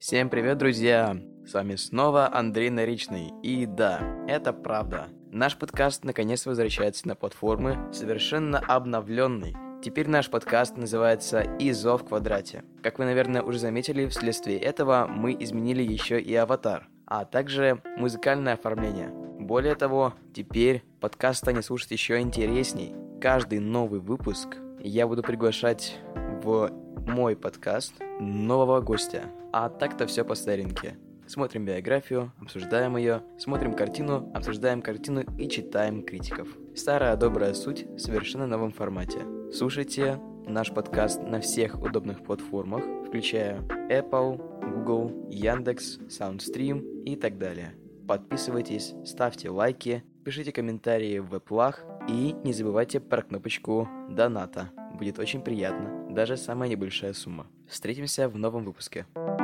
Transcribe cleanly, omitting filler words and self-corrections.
Всем привет, друзья! С вами снова Андрей Наричный. И да, это правда. Наш подкаст наконец возвращается на платформы, совершенно обновленный. Теперь наш подкаст называется «ИЗО в квадрате». Как вы, наверное, уже заметили, вследствие этого мы изменили еще и аватар, а также музыкальное оформление. Более того, теперь подкаст станет слушать еще интересней. Каждый новый выпуск я буду приглашать в мой подкаст нового гостя. А так-то все по старинке. Смотрим биографию, обсуждаем ее, смотрим картину, обсуждаем картину и читаем критиков. Старая добрая суть в совершенно новом формате. Слушайте наш подкаст на всех удобных платформах, включая Apple, Google, Яндекс, Soundstream и так далее. Подписывайтесь, ставьте лайки, пишите комментарии в веб-лах и не забывайте про кнопочку «Доната». Будет очень приятно, даже самая небольшая сумма. Встретимся в новом выпуске.